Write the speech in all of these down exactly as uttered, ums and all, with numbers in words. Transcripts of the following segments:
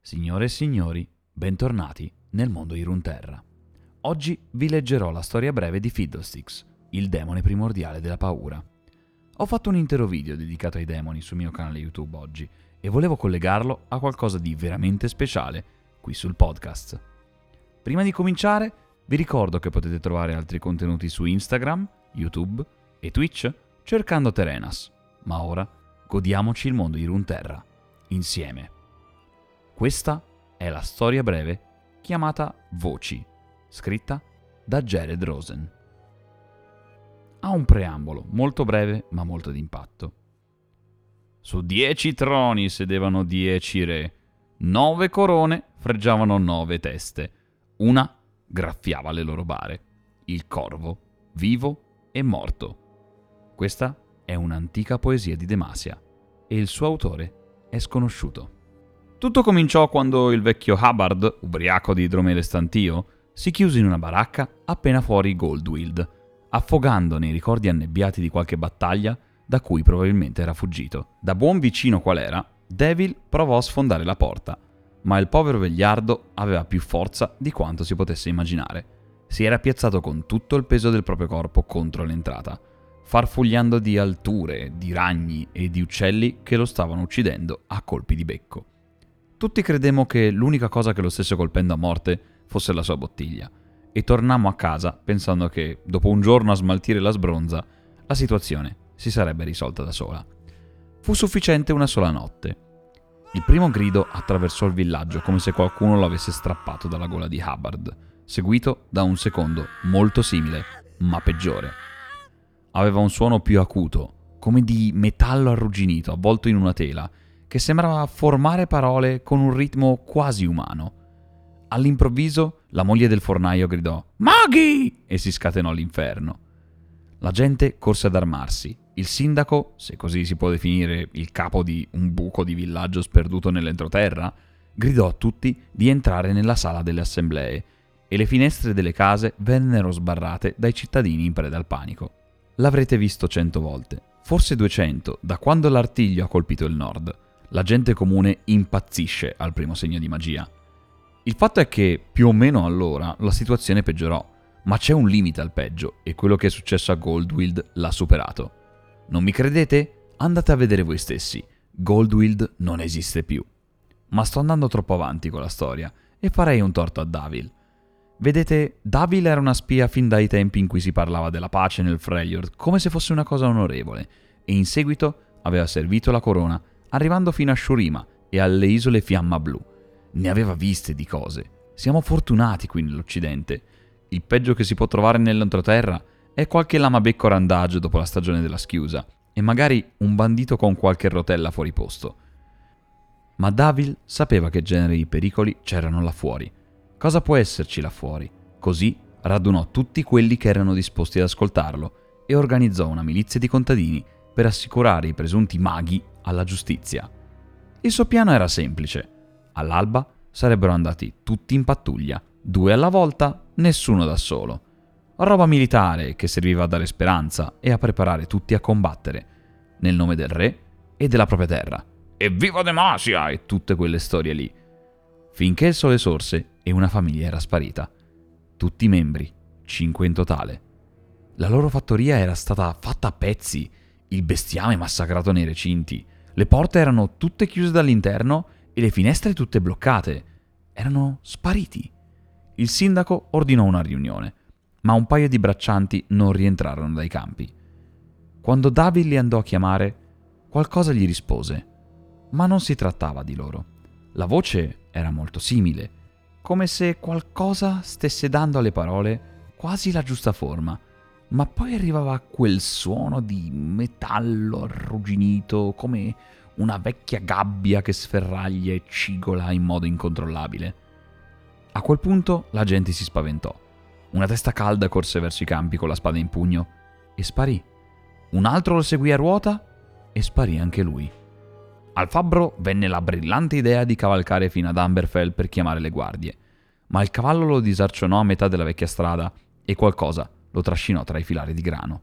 Signore e signori, bentornati nel mondo di Runeterra. Oggi vi leggerò la storia breve di Fiddlesticks, il demone primordiale della paura. Ho fatto un intero video dedicato ai demoni sul mio canale YouTube oggi e volevo collegarlo a qualcosa di veramente speciale qui sul podcast. Prima di cominciare, vi ricordo che potete trovare altri contenuti su Instagram, YouTube e Twitch cercando Terenas. Ma ora godiamoci il mondo di Runeterra insieme. Questa è la storia breve chiamata Voci, scritta da Jared Rosen. Ha un preambolo molto breve ma molto d'impatto. Su dieci troni sedevano dieci re, nove corone freggiavano nove teste, una graffiava le loro bare, il corvo, vivo e morto. Questa è un'antica poesia di Demacia e il suo autore è sconosciuto. Tutto cominciò quando il vecchio Hubbard, ubriaco di idromele stantio, si chiuse in una baracca appena fuori Goldwild, affogando nei ricordi annebbiati di qualche battaglia da cui probabilmente era fuggito. Da buon vicino qual era, Devil provò a sfondare la porta, ma il povero vegliardo aveva più forza di quanto si potesse immaginare. Si era piazzato con tutto il peso del proprio corpo contro l'entrata, farfugliando di alture, di ragni e di uccelli che lo stavano uccidendo a colpi di becco. Tutti credemmo che l'unica cosa che lo stesse colpendo a morte fosse la sua bottiglia, e tornammo a casa pensando che, dopo un giorno a smaltire la sbronza, la situazione si sarebbe risolta da sola. Fu sufficiente una sola notte. Il primo grido attraversò il villaggio come se qualcuno lo avesse strappato dalla gola di Hubbard, seguito da un secondo molto simile, ma peggiore. Aveva un suono più acuto, come di metallo arrugginito avvolto in una tela, che sembrava formare parole con un ritmo quasi umano. All'improvviso la moglie del fornaio gridò «Maghi!» e si scatenò l'inferno. La gente corse ad armarsi. Il sindaco, se così si può definire il capo di un buco di villaggio sperduto nell'entroterra, gridò a tutti di entrare nella sala delle assemblee e le finestre delle case vennero sbarrate dai cittadini in preda al panico. L'avrete visto cento volte, forse duecento, da quando l'artiglio ha colpito il nord. La gente comune impazzisce al primo segno di magia. Il fatto è che, più o meno allora, la situazione peggiorò, ma c'è un limite al peggio e quello che è successo a Goldwild l'ha superato. Non mi credete? Andate a vedere voi stessi. Goldwild non esiste più. Ma sto andando troppo avanti con la storia e farei un torto a Davil. Vedete, Davil era una spia fin dai tempi in cui si parlava della pace nel Freljord come se fosse una cosa onorevole e in seguito aveva servito la corona arrivando fino a Shurima e alle isole Fiamma Blu. Ne aveva viste di cose. Siamo fortunati qui nell'Occidente. Il peggio che si può trovare nell'entroterra è qualche lamabecco randagio dopo la stagione della schiusa e magari un bandito con qualche rotella fuori posto. Ma Davil sapeva che genere di pericoli c'erano là fuori. Cosa può esserci là fuori? Così radunò tutti quelli che erano disposti ad ascoltarlo e organizzò una milizia di contadini per assicurare i presunti maghi alla giustizia. Il suo piano era semplice. All'alba sarebbero andati tutti in pattuglia, due alla volta, nessuno da solo. Roba militare che serviva a dare speranza e a preparare tutti a combattere, nel nome del re e della propria terra. Evviva Demacia! E tutte quelle storie lì. Finché il sole sorse e una famiglia era sparita. Tutti i membri, cinque in totale. La loro fattoria era stata fatta a pezzi, il bestiame massacrato nei recinti. Le porte erano tutte chiuse dall'interno e le finestre tutte bloccate. Erano spariti. Il sindaco ordinò una riunione, ma un paio di braccianti non rientrarono dai campi. Quando Davil li andò a chiamare, qualcosa gli rispose, ma non si trattava di loro. La voce era molto simile, come se qualcosa stesse dando alle parole quasi la giusta forma. Ma poi arrivava quel suono di metallo arrugginito, come una vecchia gabbia che sferraglia e cigola in modo incontrollabile. A quel punto la gente si spaventò. Una testa calda corse verso i campi con la spada in pugno e sparì. Un altro lo seguì a ruota e sparì anche lui. Al fabbro venne la brillante idea di cavalcare fino ad Amberfell per chiamare le guardie, ma il cavallo lo disarcionò a metà della vecchia strada e qualcosa lo trascinò tra i filari di grano.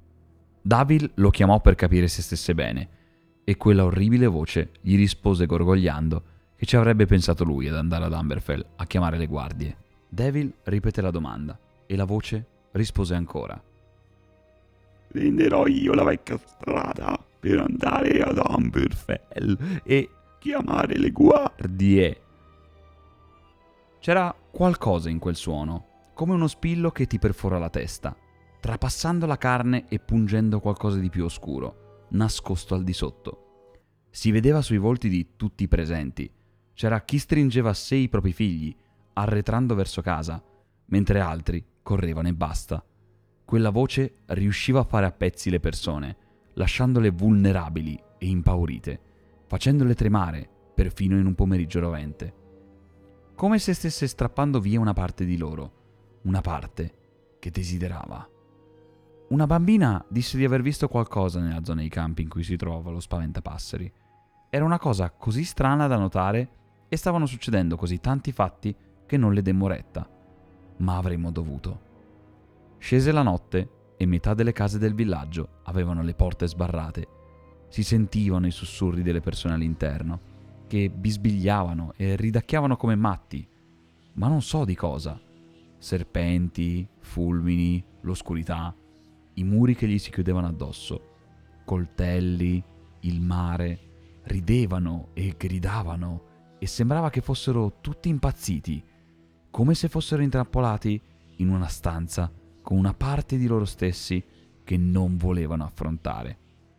Davil lo chiamò per capire se stesse bene, e quella orribile voce gli rispose gorgogliando e ci avrebbe pensato lui ad andare ad Amberfell a chiamare le guardie. Devil ripete la domanda e la voce rispose ancora. Prenderò io la vecchia strada per andare ad Amberfell e chiamare le guardie. C'era qualcosa in quel suono, come uno spillo che ti perfora la testa, trapassando la carne e pungendo qualcosa di più oscuro, nascosto al di sotto. Si vedeva sui volti di tutti i presenti. C'era chi stringeva a sé i propri figli, arretrando verso casa, mentre altri correvano e basta. Quella voce riusciva a fare a pezzi le persone, lasciandole vulnerabili e impaurite, facendole tremare perfino in un pomeriggio rovente. Come se stesse strappando via una parte di loro, una parte che desiderava. Una bambina disse di aver visto qualcosa nella zona dei campi in cui si trovava lo spaventapasseri. Era una cosa così strana da notare e stavano succedendo così tanti fatti che non le demmo retta. Ma avremmo dovuto. Scese la notte e metà delle case del villaggio avevano le porte sbarrate. Si sentivano i sussurri delle persone all'interno, che bisbigliavano e ridacchiavano come matti, ma non so di cosa. Serpenti, fulmini, l'oscurità, i muri che gli si chiudevano addosso, coltelli, il mare, ridevano e gridavano e sembrava che fossero tutti impazziti, come se fossero intrappolati in una stanza con una parte di loro stessi che non volevano affrontare.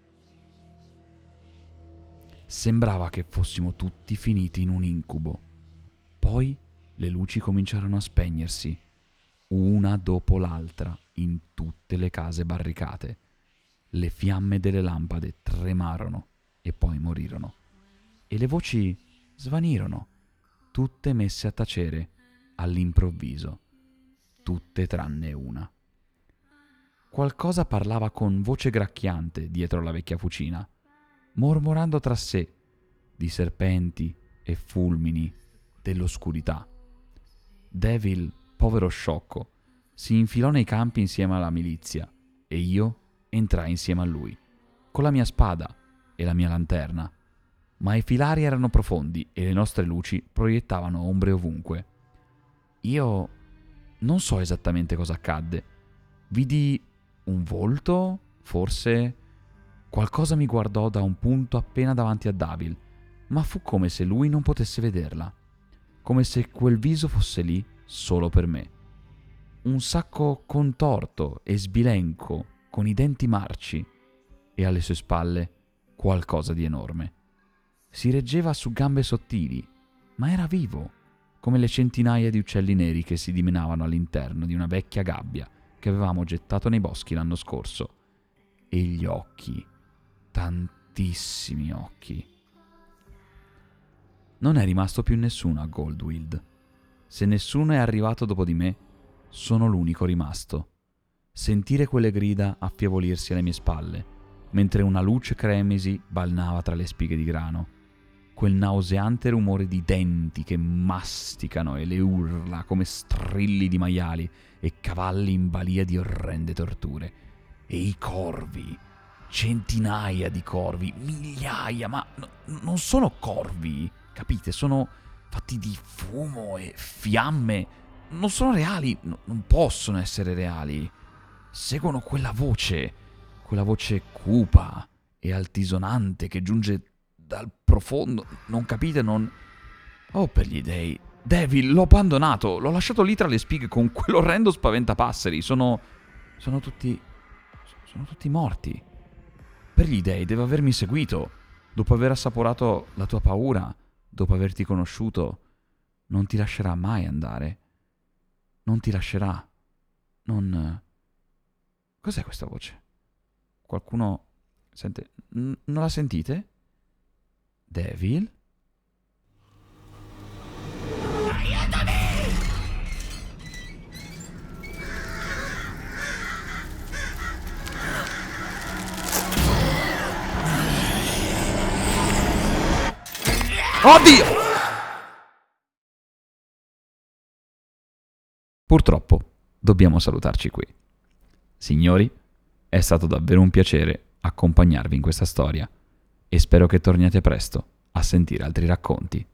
Sembrava che fossimo tutti finiti in un incubo. Poi le luci cominciarono a spegnersi, una dopo l'altra, in tutte le case barricate. Le fiamme delle lampade tremarono e poi morirono. E le voci svanirono, tutte messe a tacere all'improvviso, tutte tranne una. Qualcosa parlava con voce gracchiante dietro la vecchia fucina, mormorando tra sé di serpenti e fulmini dell'oscurità. Devil, povero sciocco, si infilò nei campi insieme alla milizia e io entrai insieme a lui, con la mia spada e la mia lanterna. Ma i filari erano profondi e le nostre luci proiettavano ombre ovunque. Io non so esattamente cosa accadde. Vidi un volto, forse. Qualcosa mi guardò da un punto appena davanti a Devil, ma fu come se lui non potesse vederla, come se quel viso fosse lì solo per me. Un sacco contorto e sbilenco, con i denti marci, e alle sue spalle qualcosa di enorme. Si reggeva su gambe sottili, ma era vivo, come le centinaia di uccelli neri che si dimenavano all'interno di una vecchia gabbia che avevamo gettato nei boschi l'anno scorso. E gli occhi, tantissimi occhi. Non è rimasto più nessuno a Goldwild. Se nessuno è arrivato dopo di me, sono l'unico rimasto. Sentire quelle grida affievolirsi alle mie spalle, mentre una luce cremisi balnava tra le spighe di grano. Quel nauseante rumore di denti che masticano e le urla come strilli di maiali e cavalli in balia di orrende torture. E i corvi, centinaia di corvi, migliaia, ma no, non sono corvi, capite? Sono fatti di fumo e fiamme. Non sono reali, no, non possono essere reali. Seguono quella voce, quella voce cupa e altisonante che giunge dal profondo, non capite, non... Oh, per gli dei... Devil, l'ho abbandonato, l'ho lasciato lì tra le spighe con quell'orrendo spaventapasseri, sono... sono tutti... sono tutti morti. Per gli dei, deve avermi seguito, dopo aver assaporato la tua paura, dopo averti conosciuto, non ti lascerà mai andare. Non ti lascerà. Non... Cos'è questa voce? Qualcuno... Sente... N- non la sentite? Devil? Aiutami! Oddio! Purtroppo dobbiamo salutarci qui. Signori, è stato davvero un piacere accompagnarvi in questa storia e spero che torniate presto a sentire altri racconti.